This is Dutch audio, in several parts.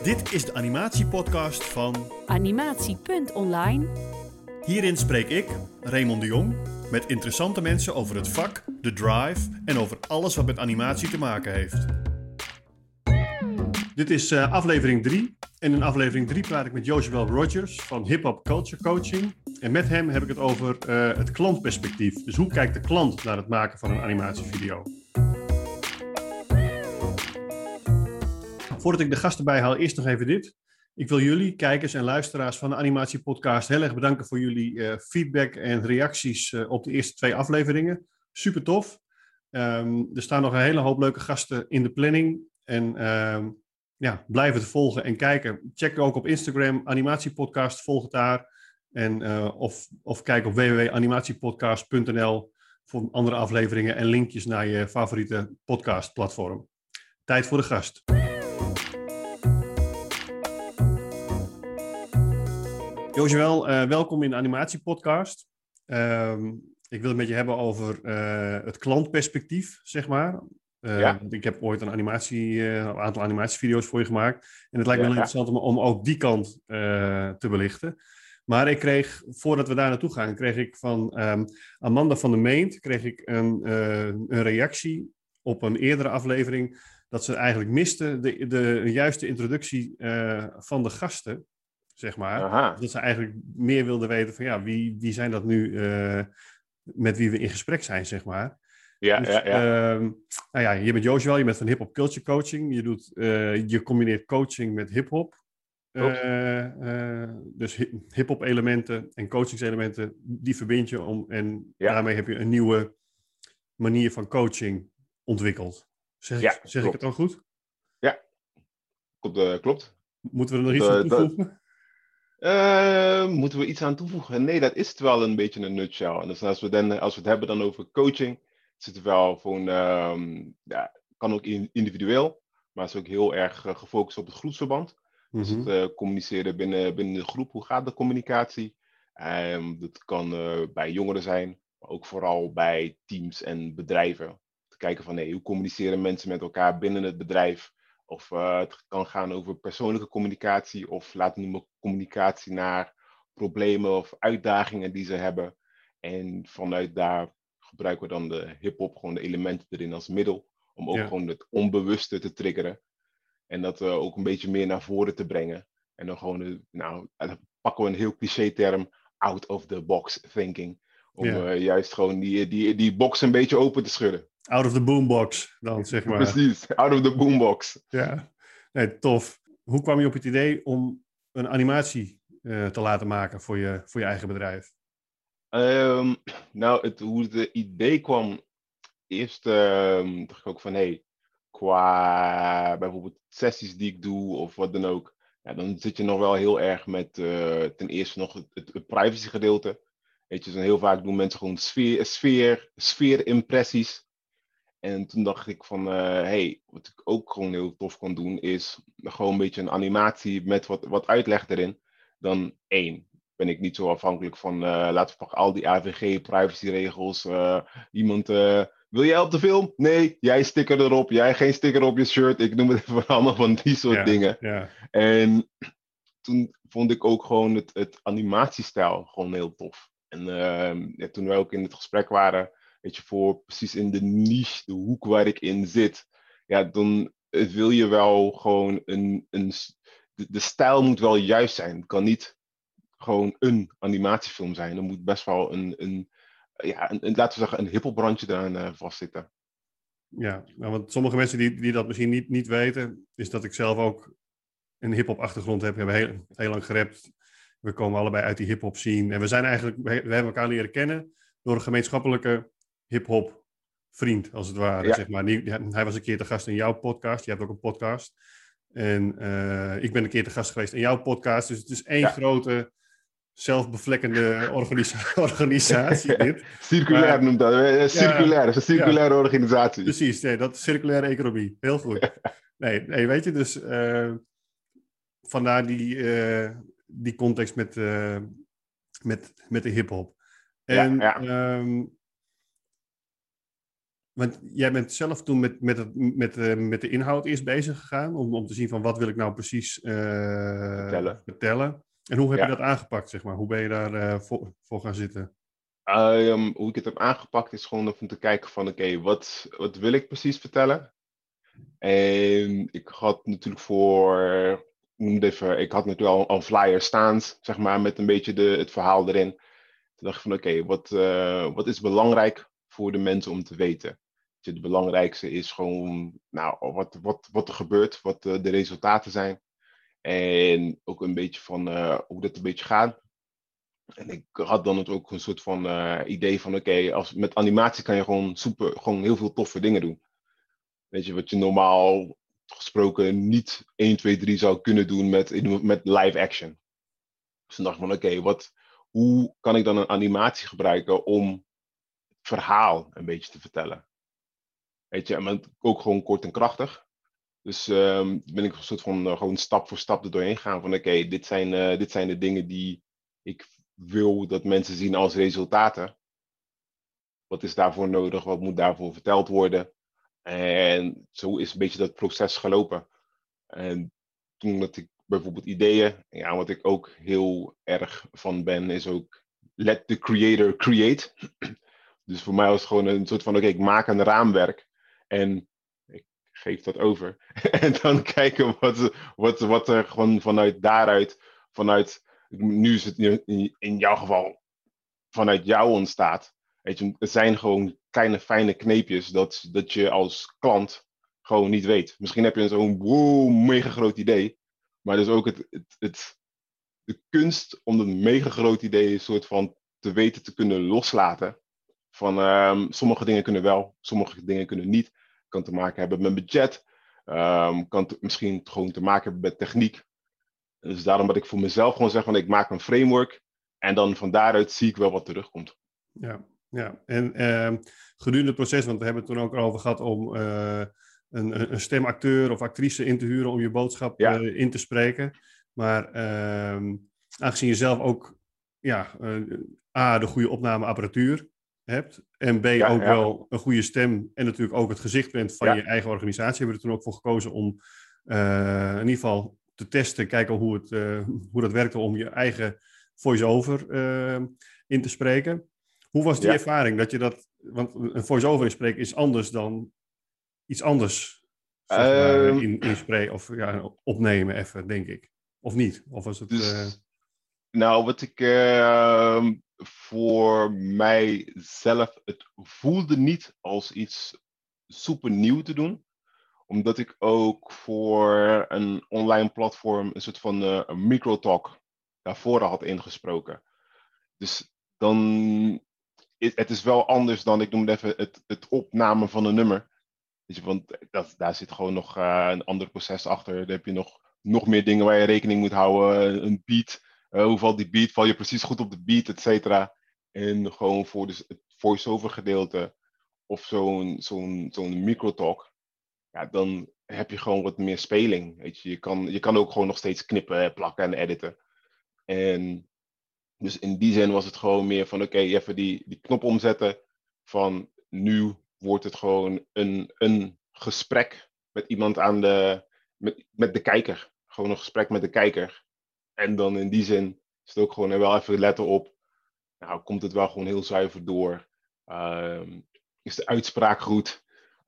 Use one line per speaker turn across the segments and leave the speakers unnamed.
Dit is de animatiepodcast van
Animatie.online.
Hierin spreek ik, Raymond de Jong, met interessante mensen over het vak, de drive en over alles wat met animatie te maken heeft. Dit is aflevering 3 en in aflevering 3 praat ik met Joshua Rogers van Hip Hop Culture Coaching. En met hem heb ik het over het klantperspectief. Dus hoe kijkt de klant naar het maken van een animatievideo? Voordat ik de gasten bijhaal, eerst nog even dit. Ik wil jullie, kijkers en luisteraars van de Animatiepodcast, heel erg bedanken voor jullie feedback en reacties op de eerste 2 afleveringen. Super tof. Er staan nog een hele hoop leuke gasten in de planning. En blijf het volgen en kijken. Check ook op Instagram, Animatiepodcast, volg het daar. En, of kijk op www.animatiepodcast.nl voor andere afleveringen en linkjes naar je favoriete podcastplatform. Tijd voor de gast. Joshua, welkom in de Animatiepodcast. Ik wil het met je hebben over het klantperspectief, zeg maar. Ik heb ooit een aantal animatievideo's voor je gemaakt. En het lijkt me heel interessant om ook die kant te belichten. Maar ik kreeg, voordat we daar naartoe gaan, kreeg ik van Amanda van der Meent een reactie op een eerdere aflevering dat ze eigenlijk miste de juiste introductie van de gasten. Zeg maar. Dat ze eigenlijk meer wilden weten van wie zijn dat nu met wie we in gesprek zijn, zeg maar. Je bent Joshua, je bent van Hip Hop Culture Coaching. Je combineert coaching met hip-hop. Dus hip-hop elementen en coachingselementen, die verbind je daarmee heb je een nieuwe manier van coaching ontwikkeld. Zeg ik het dan goed?
Ja, klopt.
Moeten we er nog iets aan toevoegen?
Moeten we iets aan toevoegen? Nee, dat is het wel een beetje een nutshell. En dus als we het hebben dan over coaching, zit het wel gewoon, kan ook individueel, maar het is ook heel erg gefocust op het groepsverband. Dus het communiceren binnen de groep, hoe gaat de communicatie? Dat kan bij jongeren zijn, maar ook vooral bij teams en bedrijven. Te kijken van hoe communiceren mensen met elkaar binnen het bedrijf? Of het kan gaan over persoonlijke communicatie of laten we noemen communicatie naar problemen of uitdagingen die ze hebben. En vanuit daar gebruiken we dan de hip-hop, gewoon de elementen erin als middel. Om ook gewoon het onbewuste te triggeren. En dat ook een beetje meer naar voren te brengen. En dan gewoon, dan pakken we een heel cliché term, out of the box thinking. Om juist gewoon die box een beetje open te schudden.
Out of the boombox dan, zeg maar.
Precies, out of the boombox.
Ja, nee, tof. Hoe kwam je op het idee om een animatie te laten maken voor je eigen bedrijf?
Hoe het idee kwam, eerst dacht ik ook van, qua bijvoorbeeld sessies die ik doe of wat dan ook, dan zit je nog wel heel erg met ten eerste nog het privacy gedeelte. Weet je, dus heel vaak doen mensen gewoon sfeer-impressies. En toen dacht ik van, wat ik ook gewoon heel tof kan doen, is gewoon een beetje een animatie met wat uitleg erin. Dan ben ik niet zo afhankelijk van, laten we pakken al die AVG, privacyregels. Iemand, wil jij op de film? Nee, jij sticker erop, jij geen sticker op je shirt. Ik noem het even allemaal van die soort dingen.
Ja.
En toen vond ik ook gewoon het animatiestijl gewoon heel tof. En toen wij ook in het gesprek waren, weet je, voor precies in de niche, de hoek waar ik in zit, dan wil je wel gewoon de stijl moet wel juist zijn. Het kan niet gewoon een animatiefilm zijn. Er moet best wel laten we zeggen, een hiphopbrandje eraan vastzitten.
Ja, want sommige mensen die dat misschien niet weten, is dat ik zelf ook een hiphop achtergrond heb. We hebben heel lang gerapt. We komen allebei uit die hiphop scene. En we hebben elkaar leren kennen door een gemeenschappelijke hiphop vriend, als het ware.
Ja.
Zeg maar. Hij was een keer te gast in jouw podcast. Je hebt ook een podcast. En ik ben een keer te gast geweest in jouw podcast. Dus het is één grote zelfbevlekkende organisatie. Dit.
Circulair noemt dat. Circulair. Het is een circulaire organisatie.
Precies, dat is circulaire economie. Heel goed. Nee, weet je, dus vandaar die context met de hip-hop. En Want jij bent zelf toen met de inhoud eerst bezig gegaan, om te zien van wat wil ik nou precies vertellen. En hoe heb je dat aangepakt, zeg maar? Hoe ben je daar voor gaan zitten?
Hoe ik het heb aangepakt is gewoon om te kijken van oké, wat wil ik precies vertellen? En ik had natuurlijk ik had natuurlijk al een flyer staan, zeg maar, met een beetje het verhaal erin. Toen dacht ik van oké, wat is belangrijk voor de mensen om te weten? Het belangrijkste is gewoon nou, wat er gebeurt, wat de resultaten zijn. En ook een beetje van hoe dat een beetje gaat. En ik had dan ook een soort van idee van oké, met animatie kan je gewoon heel veel toffe dingen doen. Weet je, wat je normaal gesproken niet 1, 2, 3 zou kunnen doen met live action. Dus toen dacht ik van oké, hoe kan ik dan een animatie gebruiken om het verhaal een beetje te vertellen? Weet je, maar ook gewoon kort en krachtig. Dus ben ik een soort van gewoon stap voor stap er doorheen gaan van oké, dit zijn de dingen die ik wil dat mensen zien als resultaten. Wat is daarvoor nodig? Wat moet daarvoor verteld worden? En zo is een beetje dat proces gelopen. En toen had ik bijvoorbeeld ideeën. Ja, wat ik ook heel erg van ben, is ook let the creator create. Dus voor mij was het gewoon een soort van oké, ik maak een raamwerk en ik geef dat over. En dan kijken wat er gewoon nu is het in jouw geval, vanuit jou ontstaat. Weet je, het zijn gewoon kleine fijne kneepjes dat je als klant gewoon niet weet. Misschien heb je zo'n mega groot idee, maar dus ook de kunst om een mega groot idee een soort van te weten te kunnen loslaten. Van sommige dingen kunnen wel, sommige dingen kunnen niet. Kan te maken hebben met budget, kan misschien gewoon te maken hebben met techniek. Dus daarom dat ik voor mezelf gewoon zeg van ik maak een framework en dan van daaruit zie ik wel wat terugkomt.
Ja. En gedurende het proces, want we hebben het toen ook over gehad om een stemacteur of actrice in te huren om je boodschap in te spreken. Maar aangezien je zelf ook de goede opnameapparatuur hebt en B ook wel een goede stem en natuurlijk ook het gezicht bent van je eigen organisatie, hebben we er toen ook voor gekozen om in ieder geval te testen, kijken hoe dat werkte om je eigen voice-over in te spreken. Hoe was die ervaring? Want een voice-over inspreken is anders dan iets anders zeg maar, inspreken of opnemen even, denk ik. Of niet? Of was het...
Nou, wat ik voor mijzelf, het voelde niet als iets super nieuw te doen. Omdat ik ook voor een online platform een soort van een microtalk daarvoor had ingesproken. Dus dan... Het is wel anders dan, ik noem het even, het opnemen van een nummer. Weet je, want daar zit gewoon nog een ander proces achter. Daar heb je nog meer dingen waar je rekening moet houden. Een beat, hoe valt die beat? Val je precies goed op de beat, et cetera. En gewoon voor dus het voice-over gedeelte of zo'n microtalk. Ja, dan heb je gewoon wat meer speling. Weet je, je kan ook gewoon nog steeds knippen, plakken en editen. En dus in die zin was het gewoon meer van oké, even die knop omzetten. Van nu wordt het gewoon een gesprek met iemand met de kijker. Gewoon een gesprek met de kijker. En dan in die zin is het ook gewoon wel even letten op. Nou, komt het wel gewoon heel zuiver door? Is de uitspraak goed?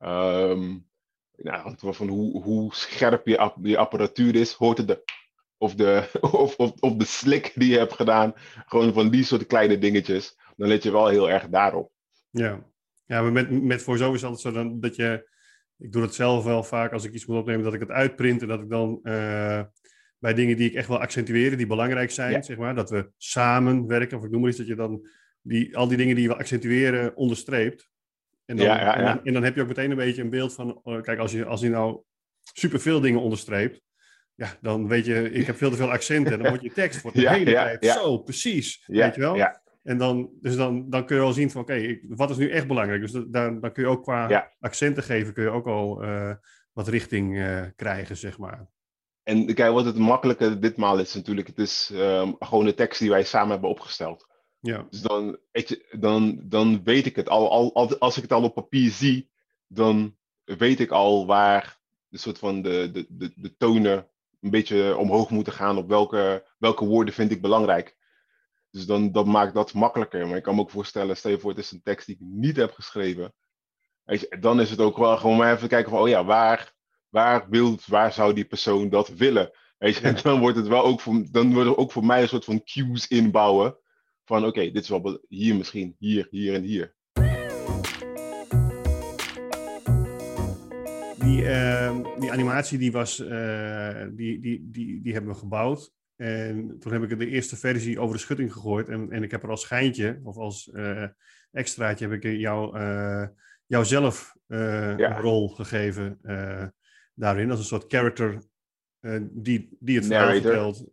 Van hoe scherp je apparatuur is. Hoort het of de slik die je hebt gedaan. Gewoon van die soort kleine dingetjes. Dan let je wel heel erg daarop.
Ja, maar met voice-over is het altijd zo dat je... Ik doe dat zelf wel vaak als ik iets moet opnemen, dat ik het uitprint en dat ik dan bij dingen die ik echt wil accentueren, die belangrijk zijn, zeg maar, dat we samen werken, of ik noem maar iets, dat je dan al die dingen die je wil accentueren onderstreept. En dan heb je ook meteen een beetje een beeld van, kijk, als je nou superveel dingen onderstreept, ja, dan weet je, ik heb veel te veel accenten. En dan wordt je tekst voor de hele tijd zo, precies. Weet je wel? Ja. En dan kun je wel zien van, oké, wat is nu echt belangrijk? Dus dan kun je ook qua accenten geven, kun je ook al wat richting krijgen, zeg maar.
En kijk, wat het makkelijke ditmaal is natuurlijk, het is gewoon de tekst die wij samen hebben opgesteld.
Ja.
Dus dan weet ik het. Als ik het al op papier zie, dan weet ik al waar de soort van de tonen een beetje omhoog moeten gaan. Op welke woorden vind ik belangrijk. Dus dan dat maakt dat makkelijker. Maar ik kan me ook voorstellen, stel je voor, het is een tekst die ik niet heb geschreven. Weet je, dan is het ook wel gewoon maar even kijken van, oh ja, waar zou die persoon dat willen? Weet je, en dan wordt het wel ook dan wordt er ook voor mij een soort van cues inbouwen. Van oké, dit is wel hier misschien, hier en hier.
Die animatie die hebben we gebouwd. En toen heb ik de eerste versie over de schutting gegooid. En ik heb er als schijntje, of als extraatje, heb ik jouzelf een rol gegeven daarin. Als een soort character die het verhaal
Narrator.
vertelt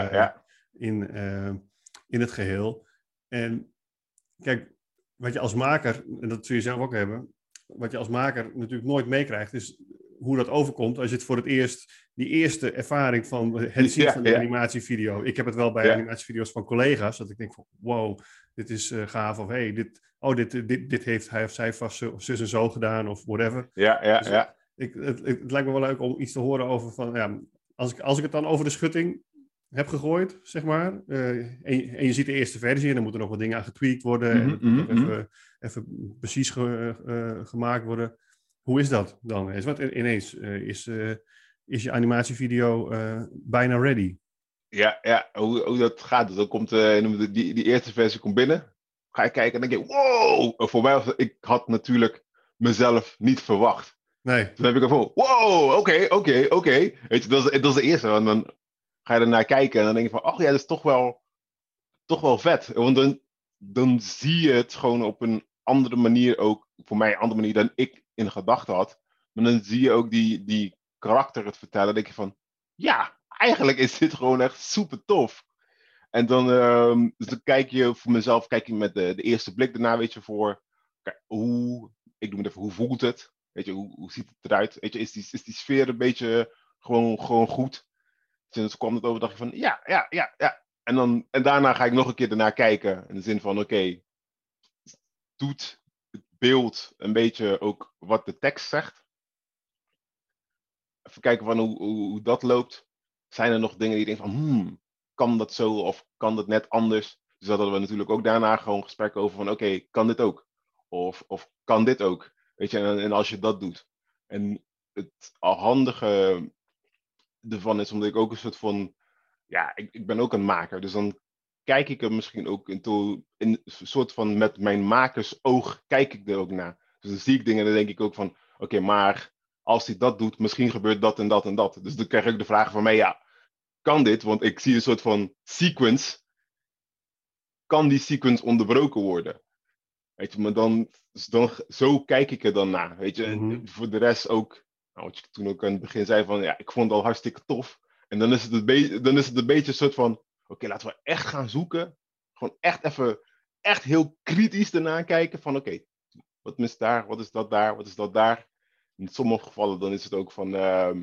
in het geheel. En kijk, wat je als maker, en dat zul je zelf ook hebben, wat je als maker natuurlijk nooit meekrijgt, is hoe dat overkomt als je het voor het eerst, die eerste ervaring van het zien van de animatievideo. Ik heb het wel bij animatievideo's van collega's, dat ik denk van, wow, dit is gaaf, of hey, dit heeft hij of zij vast zus en zo gedaan, of whatever. Het lijkt me wel leuk om iets te horen over van, ja, als ik het dan over de schutting heb gegooid, zeg maar, en je ziet de eerste versie en dan moeten er nog wat dingen aan getweakt worden en het moet nog even precies gemaakt worden. Hoe is dat dan? Want ineens is je animatievideo bijna ready.
Ja, hoe dat gaat. Dus dan komt die eerste versie komt binnen. Ga je kijken en denk je, wow! Voor mij ik had natuurlijk mezelf niet verwacht.
Nee.
Toen heb ik ervan, wow, oké. Weet je, dat is de eerste. En dan ga je ernaar kijken en dan denk je van, oh ja, dat is toch wel vet. Want dan zie je het gewoon op een andere manier ook, voor mij een andere manier dan ik in gedachten had. Maar dan zie je ook die karakter het vertellen. Dan denk je van, ja, eigenlijk is dit gewoon echt super tof. En dan, dus dan kijk je voor mezelf, kijk je met de eerste blik daarna, weet je, ik doe het even, hoe voelt het? Weet je, hoe ziet het eruit? Weet je, is die sfeer een beetje gewoon goed? Dus toen kwam het over, dacht je van, ja. En daarna ga ik nog een keer ernaar kijken. In de zin van, oké, doet het beeld een beetje ook wat de tekst zegt? Even kijken van hoe dat loopt. Zijn er nog dingen die je denkt van, kan dat zo of kan dat net anders? Dus dat hadden we natuurlijk ook daarna gewoon gesprekken over van, oké, kan dit ook? Of kan dit ook? Weet je, en als je dat doet. En het handige ervan is, omdat ik ook een soort van, ja, ik ben ook een maker. Dus dan kijk ik er misschien ook in een soort van met mijn makersoog kijk ik er ook naar. Dus dan zie ik dingen en dan denk ik ook van, oké, maar als hij dat doet, misschien gebeurt dat en dat en dat. Dus dan krijg ik de vraag van mij, ja, kan dit? Want ik zie een soort van sequence. Kan die sequence onderbroken worden? Weet je, maar zo kijk ik er dan naar. Weet je, en voor de rest ook, nou, wat je toen ook aan het begin zei van, ja, ik vond het al hartstikke tof. En dan is het een beetje een soort van, oké, laten we echt gaan zoeken. Gewoon echt even, echt heel kritisch ernaar kijken van, oké, wat is daar, wat is dat daar, wat is dat daar? In sommige gevallen dan is het ook van,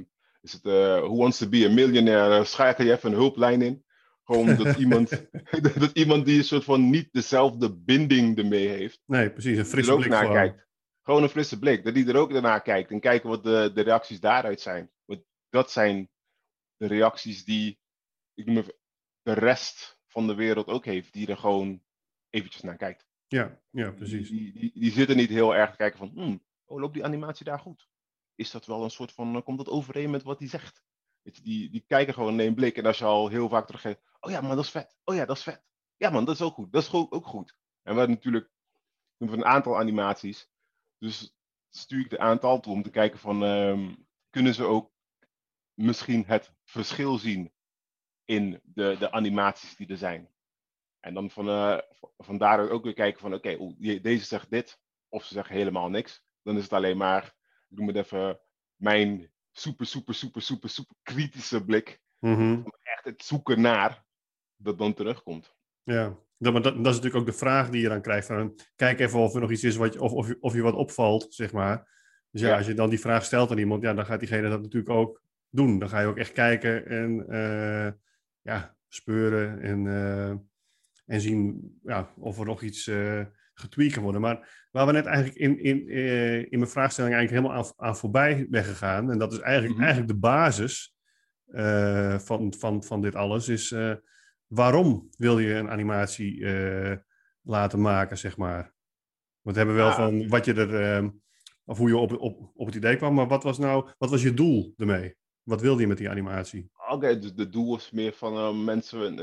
Who Wants to be a Millionaire? Schakel je even een hulplijn in. Gewoon dat iemand die een soort van niet dezelfde binding ermee heeft.
Nee, precies, een frisse
er ook
blik
naar
gewoon.
Kijkt. Gewoon een frisse blik. Dat die er ook naar kijkt. En kijken wat de reacties daaruit zijn. Want dat zijn de reacties die, ik noem even, de rest van de wereld ook heeft. Die er gewoon eventjes naar kijkt.
Ja, precies.
Die zitten niet heel erg te kijken van, loopt die animatie daar goed? Is dat wel een soort van, komt dat overeen met wat hij zegt? Weet je, die kijken gewoon in één blik. En als je al heel vaak teruggeeft, oh ja, maar dat is vet. Oh ja, dat is vet. Ja man, dat is ook goed. Dat is ook goed. En we hebben natuurlijk een aantal animaties. Dus stuur ik de aantal toe om te kijken van, kunnen ze ook misschien het verschil zien in de animaties die er zijn. En dan van daaruit ook weer kijken van, oké, deze zegt dit, of ze zeggen helemaal niks. Dan is het alleen maar, ik noem het even, mijn super kritische blik. Om echt het zoeken naar, dat dan terugkomt.
Ja, maar dat is natuurlijk ook de vraag die je dan krijgt. Van, kijk even of er nog iets is of je wat opvalt, zeg maar. Dus ja, als je dan die vraag stelt aan iemand, ja, dan gaat diegene dat natuurlijk ook doen. Dan ga je ook echt kijken en speuren en zien of er nog iets getweakt kan worden. Maar waar we net eigenlijk in mijn vraagstelling eigenlijk helemaal aan voorbij ben gegaan, en dat is eigenlijk de basis van dit alles, is waarom wil je een animatie laten maken, zeg maar. Want we hebben wel van wat je er, of hoe je op het idee kwam, maar wat was je doel ermee? Wat wilde je met die animatie?
Oké, dus de doel was meer van mensen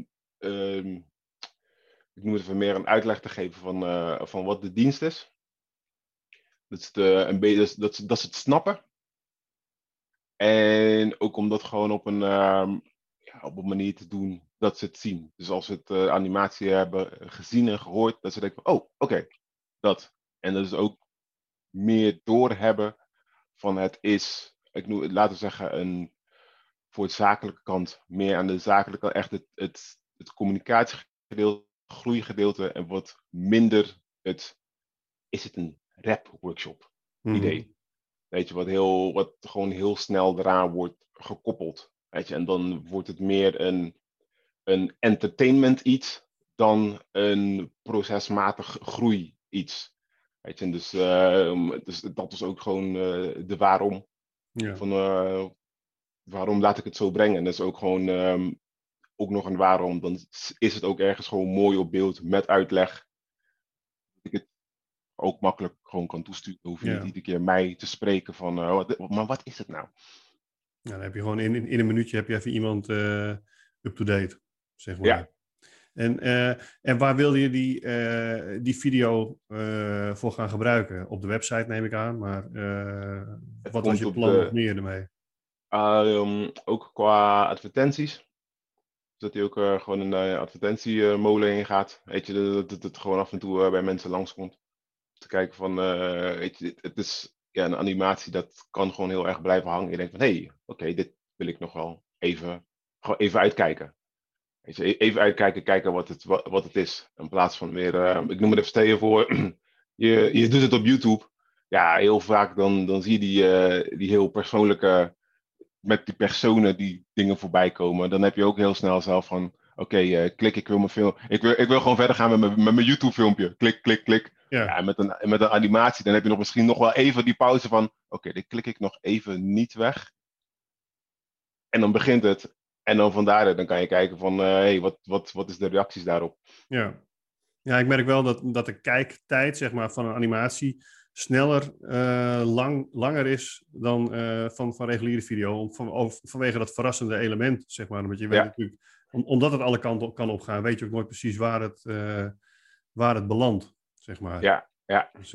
ik noem het even meer een uitleg te geven van wat de dienst is. Een beetje, dat ze het snappen. En ook om dat gewoon op een manier te doen dat ze het zien. Dus als ze het animatie hebben gezien en gehoord, dat ze denken van, oh, oké, dat. En dat is ook meer doorhebben van het is, laten we zeggen, voor het zakelijke kant, meer aan de zakelijke kant, echt het communicatiegedeelte, groeigedeelte en wat minder is het een rap workshop idee. Weet je, wat gewoon heel snel eraan wordt gekoppeld. Weet je, en dan wordt het meer een entertainment iets dan een procesmatig groei iets. Weet je, en dus dat is ook gewoon de waarom.
Ja.
Van waarom laat ik het zo brengen? En dat is ook gewoon ook nog een waarom. Dan is het ook ergens gewoon mooi op beeld met uitleg. Dat ik het ook makkelijk gewoon kan toesturen. Dan hoef je niet iedere keer mij te spreken van, maar wat is het nou?
Ja, dan heb je gewoon in een minuutje heb je even iemand up-to-date, zeg maar.
Ja.
En waar wil je die video voor gaan gebruiken? Op de website neem ik aan, maar wat was je plan nog meer ermee?
Ook qua advertenties. Dat hij ook gewoon een advertentiemolen in gaat. Weet je, dat het gewoon af en toe bij mensen langskomt. Te kijken van, weet je, het is een animatie dat kan gewoon heel erg blijven hangen. Je denkt van, hé, oké, dit wil ik nog wel even uitkijken. Weet je, even uitkijken, kijken wat het is. In plaats van weer, ik noem het even stel je voor, je doet het op YouTube. Ja, heel vaak dan zie je die heel persoonlijke, met die personen die dingen voorbij komen. Dan heb je ook heel snel zelf van, oké, klik, ik wil mijn film. Ik wil gewoon verder gaan met mijn YouTube filmpje. Klik, klik, klik. Ja, met een animatie, dan heb je misschien nog wel even die pauze van, oké, dit klik ik nog even niet weg. En dan begint het. En dan vandaar dan kan je kijken van, wat is de reacties daarop?
Ja, ik merk wel dat de kijktijd, zeg maar, van een animatie sneller, langer is dan van reguliere video. Vanwege dat verrassende element, zeg maar. Want je weet natuurlijk, omdat het alle kanten kan opgaan, weet je ook nooit precies waar het belandt, zeg maar.
Ja.
Dus,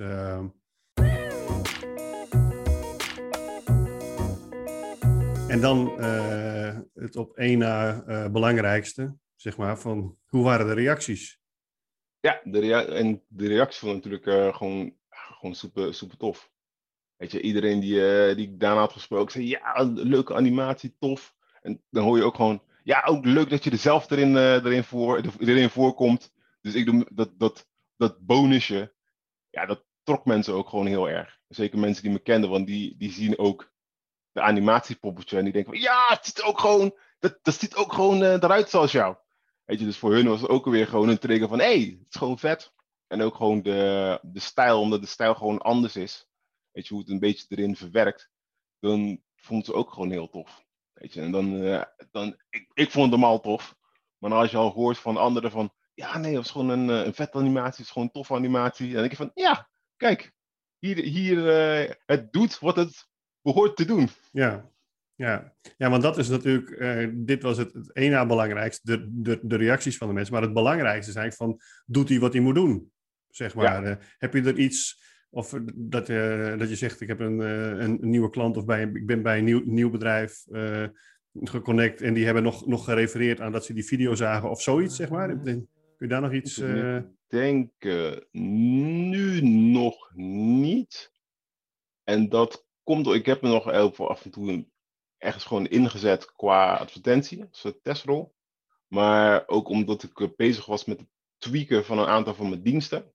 en dan het op één na belangrijkste, zeg maar, van hoe waren de reacties?
Ja, de reacties waren natuurlijk gewoon super tof. Weet je, iedereen die ik daarna had gesproken zei, ja, leuke animatie, tof. En dan hoor je ook gewoon, ja, ook leuk dat je er zelf erin voorkomt. Dus ik doe dat bonusje, ja, dat trok mensen ook gewoon heel erg. Zeker mensen die me kenden, want die zien ook de animatiepoppetje en die denken van, ja, het ziet ook gewoon, dat ziet ook gewoon eruit zoals jou. Weet je, dus voor hun was het ook weer gewoon een trigger van, hé, het is gewoon vet. En ook gewoon de stijl, omdat de stijl gewoon anders is. Weet je, hoe het een beetje erin verwerkt. Dan vond ze ook gewoon heel tof. Weet je, en ik vond hem al tof. Maar als je al hoort van anderen van, ja, nee, het was gewoon een vet animatie, het is gewoon een toffe animatie. En dan denk je van, ja, kijk, hier het doet wat het behoort te doen.
Ja, want dat is natuurlijk, dit was het één na belangrijkste, de reacties van de mensen. Maar het belangrijkste is eigenlijk van, doet hij wat hij moet doen? Zeg maar. Ja. Heb je er iets, of dat je zegt, ik heb een nieuwe klant of ik ben bij een nieuw bedrijf geconnect en die hebben nog gerefereerd aan dat ze die video zagen of zoiets, zeg maar. Kun je daar nog iets...
Ik denk nu nog niet. En dat komt door, ik heb me nog af en toe ergens gewoon ingezet qua advertentie, als een testrol. Maar ook omdat ik bezig was met het tweaken van een aantal van mijn diensten.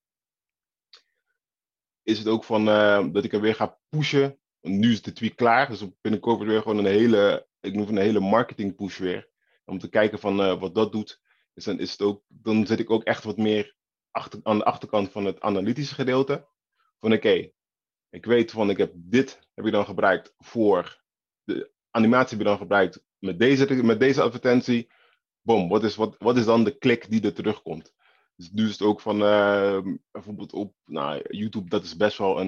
Is het ook van dat ik er weer ga pushen. Nu is de tweak klaar, dus binnenkort weer gewoon ik noem een hele marketing push weer. Om te kijken van wat dat doet. Dus dan zit ik ook echt wat meer aan de achterkant van het analytische gedeelte. Van oké, ik weet van ik heb heb ik dan gebruikt voor de animatie heb je dan gebruikt met deze advertentie. Boom, wat is dan de klik die er terugkomt? Dus nu is het ook van bijvoorbeeld op YouTube, dat is best wel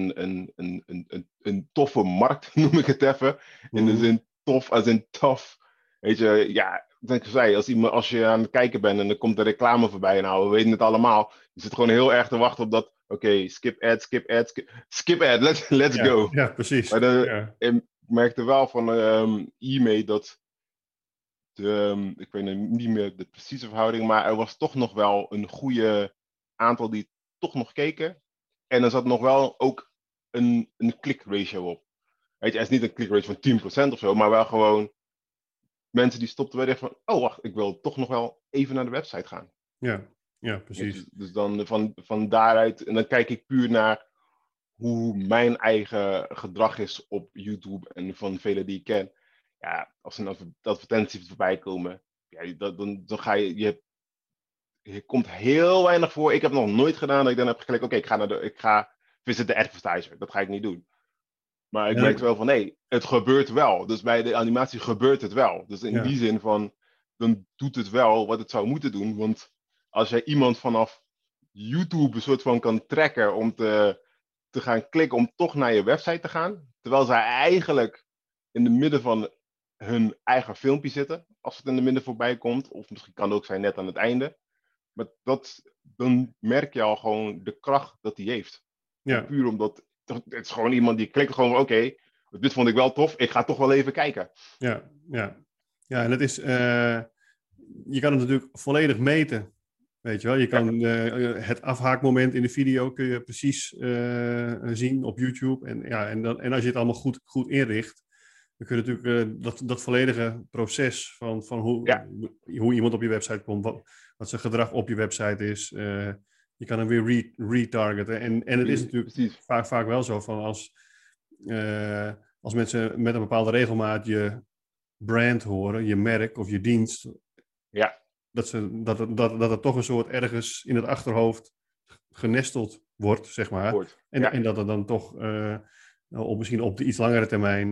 een toffe markt, noem ik het even. In de zin tof als in tough. Weet je, ja, denk ik zei, als je aan het kijken bent en er komt een reclame voorbij, nou, we weten het allemaal. Je zit gewoon heel erg te wachten op dat, oké, skip ad, let's go.
Ja, precies.
Maar ik merkte wel van e-mail dat ik weet niet meer de precieze verhouding, maar er was toch nog wel een goede aantal die toch nog keken. En er zat nog wel ook een click ratio op. Weet je, er is niet een click ratio van 10% of zo, maar wel gewoon mensen die stopten bij van, oh wacht, ik wil toch nog wel even naar de website gaan.
Ja, precies.
Dus dan van daaruit, en dan kijk ik puur naar hoe mijn eigen gedrag is op YouTube en van velen die ik ken. Ja, als een advertentie voorbij komen, ja, dan ga je komt heel weinig voor. Ik heb nog nooit gedaan dat ik dan heb geklikt, oké, ik ga visit the advertiser. Dat ga ik niet doen. Maar ik merk wel van, nee, het gebeurt wel. Dus bij de animatie gebeurt het wel. Dus in die zin van, dan doet het wel wat het zou moeten doen. Want als jij iemand vanaf YouTube een soort van kan trekken om te gaan klikken om toch naar je website te gaan. Terwijl zij eigenlijk in de midden van hun eigen filmpje zitten. Als het in de midden voorbij komt. Of misschien kan het ook zijn net aan het einde. Maar dan merk je al gewoon de kracht dat die heeft.
Ja.
Puur omdat het is gewoon iemand die klikt gewoon oké, dit vond ik wel tof. Ik ga toch wel even kijken.
Ja, en het is... je kan het natuurlijk volledig meten. Weet je wel, je kan het afhaakmoment in de video kun je precies zien op YouTube. En als je het allemaal goed inricht, dan kun je natuurlijk dat volledige proces van hoe iemand op je website komt, wat zijn gedrag op je website is. Je kan hem weer retargeten. En het is natuurlijk vaak wel zo van als mensen met een bepaalde regelmaat je brand horen, je merk of je dienst.
Ja.
Dat het toch een soort ergens in het achterhoofd genesteld wordt, zeg maar. En dat het dan toch misschien op de iets langere termijn,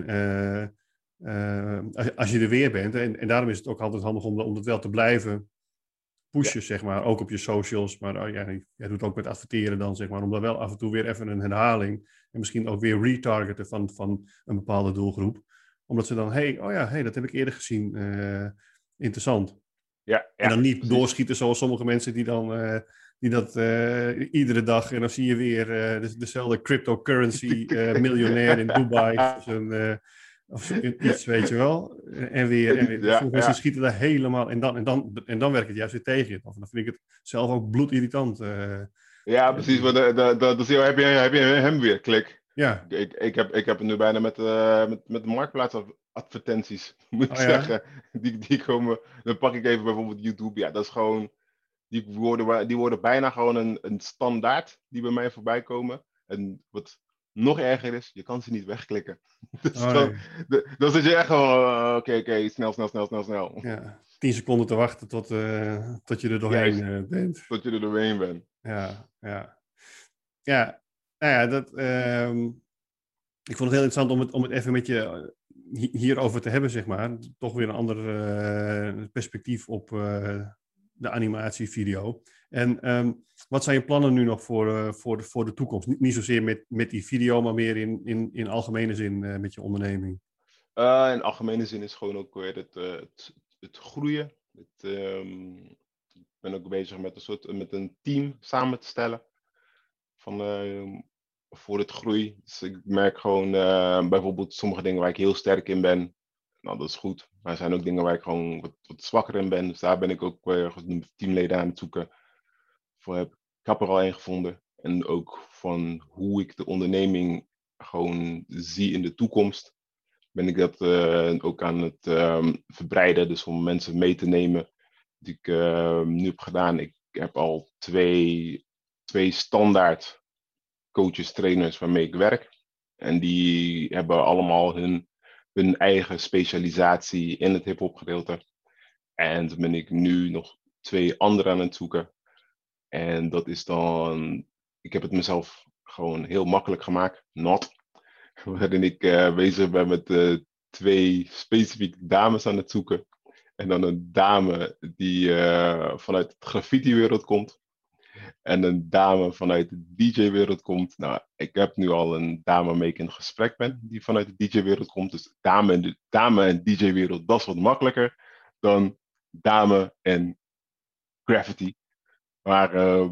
als je er weer bent. En daarom is het ook altijd handig om het wel te blijven pushen, zeg maar. Ook op je socials. Maar jij doet ook met adverteren dan, zeg maar. Om dan wel af en toe weer even een herhaling. En misschien ook weer retargeten van een bepaalde doelgroep. Omdat ze dan, dat heb ik eerder gezien. Interessant.
Ja,
en dan niet doorschieten zoals sommige mensen die dat iedere dag... En dan zie je weer dezelfde cryptocurrency miljonair in Dubai. Of iets, weet je wel. En sommige mensen schieten daar helemaal... En dan werkt het juist weer tegen je. Of dan vind ik het zelf ook bloedirritant.
Ja, precies. Maar dan heb je hem weer, klik.
Ja.
Ik heb het nu bijna met de marktplaatsadvertenties, moet ik zeggen. Die komen, dan pak ik even bijvoorbeeld YouTube. Ja, dat is gewoon, die worden bijna gewoon een standaard die bij mij voorbij komen. En wat nog erger is, je kan ze niet wegklikken. Dus dan zit je echt gewoon, oké, snel.
Ja, 10 seconden te wachten tot je er doorheen bent.
Tot je er doorheen bent.
Ja, ik vond het heel interessant om het even met je hierover te hebben, zeg maar. Toch weer een ander perspectief op de animatievideo. En wat zijn je plannen nu nog voor de toekomst? Niet zozeer met die video, maar meer in algemene zin met je onderneming.
In algemene zin is gewoon ook weer het groeien. Ik ben ook bezig met een team samen te stellen. Voor het groei. Dus ik merk gewoon bijvoorbeeld sommige dingen waar ik heel sterk in ben. Nou, dat is goed. Maar er zijn ook dingen waar ik gewoon wat zwakker in ben. Dus daar ben ik ook teamleden aan het zoeken. Ik heb er al een gevonden. En ook van hoe ik de onderneming gewoon zie in de toekomst. Ben ik dat ook aan het verbreiden. Dus om mensen mee te nemen. Die ik nu heb gedaan. Ik heb al twee standaard coaches, trainers waarmee ik werk. En die hebben allemaal hun eigen specialisatie in het hip-hop gedeelte. En dan ben ik nu nog 2 anderen aan het zoeken. En dat is dan, ik heb het mezelf gewoon heel makkelijk gemaakt, waarin ik bezig ben met 2 specifieke dames aan het zoeken. En dan een dame die vanuit de graffiti-wereld komt. En een dame vanuit de DJ-wereld komt. Nou, ik heb nu al een dame mee ik in gesprek ben die vanuit de DJ-wereld komt. Dus dame en DJ-wereld, dat is wat makkelijker dan dame en graffiti. Maar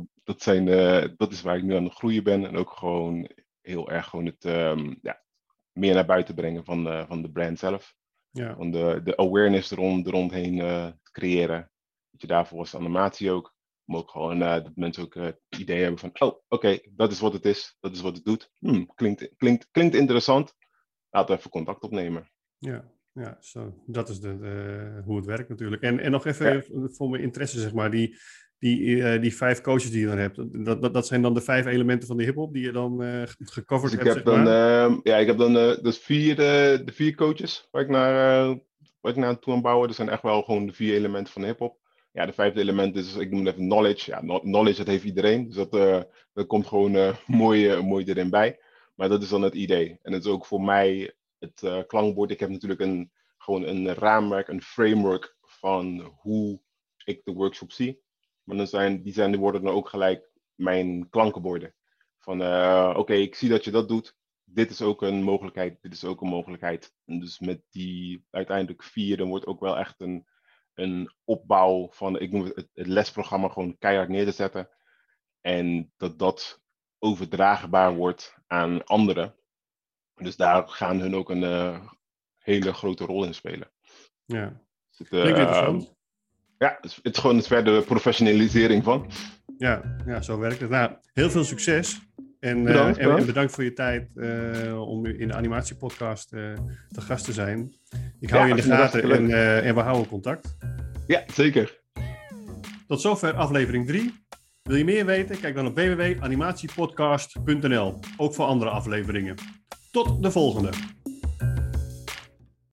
dat is waar ik nu aan het groeien ben. En ook gewoon heel erg gewoon het meer naar buiten brengen van de brand zelf.
Ja.
Van de awareness rondheen creëren. Dat je daarvoor was animatie ook. Om ook gewoon dat mensen ook het idee hebben van, oké, dat is wat het is. Dat is wat het doet. Klinkt interessant. Laten we even contact opnemen.
Ja, zo. Dat is hoe het werkt natuurlijk. En nog even voor mijn interesse, zeg maar, die 5 coaches die je dan hebt, dat zijn dan de 5 elementen van de hiphop die je dan gecoverd
dus
hebt,
ik heb dan dus 4 coaches waar ik naar toe aan bouwen. Dat zijn echt wel gewoon de 4 elementen van de hiphop. Ja, de 5e element is, ik noem het even knowledge. Ja, knowledge, dat heeft iedereen. Dus dat komt gewoon mooi erin bij. Maar dat is dan het idee. En het is ook voor mij het klankbord. Ik heb natuurlijk gewoon een raamwerk, een framework van hoe ik de workshop zie. Maar die worden dan ook gelijk mijn klankenborden. Van oké, ik zie dat je dat doet. Dit is ook een mogelijkheid. Dit is ook een mogelijkheid. En dus met die uiteindelijk 4, dan wordt ook wel echt een opbouw van, ik noem het lesprogramma gewoon keihard neer te zetten. En dat overdraagbaar wordt aan anderen. Dus daar gaan hun ook een hele grote rol in spelen.
Ja, klinkt interessant.
Ja, het is gewoon een verdere professionalisering van.
Ja, zo werkt het. Nou, heel veel succes. En bedankt voor je tijd om in de animatiepodcast te gast te zijn. Ik hou je in de gaten en we houden contact.
Ja, zeker.
Tot zover aflevering 3. Wil je meer weten? Kijk dan op www.animatiepodcast.nl. Ook voor andere afleveringen. Tot de volgende.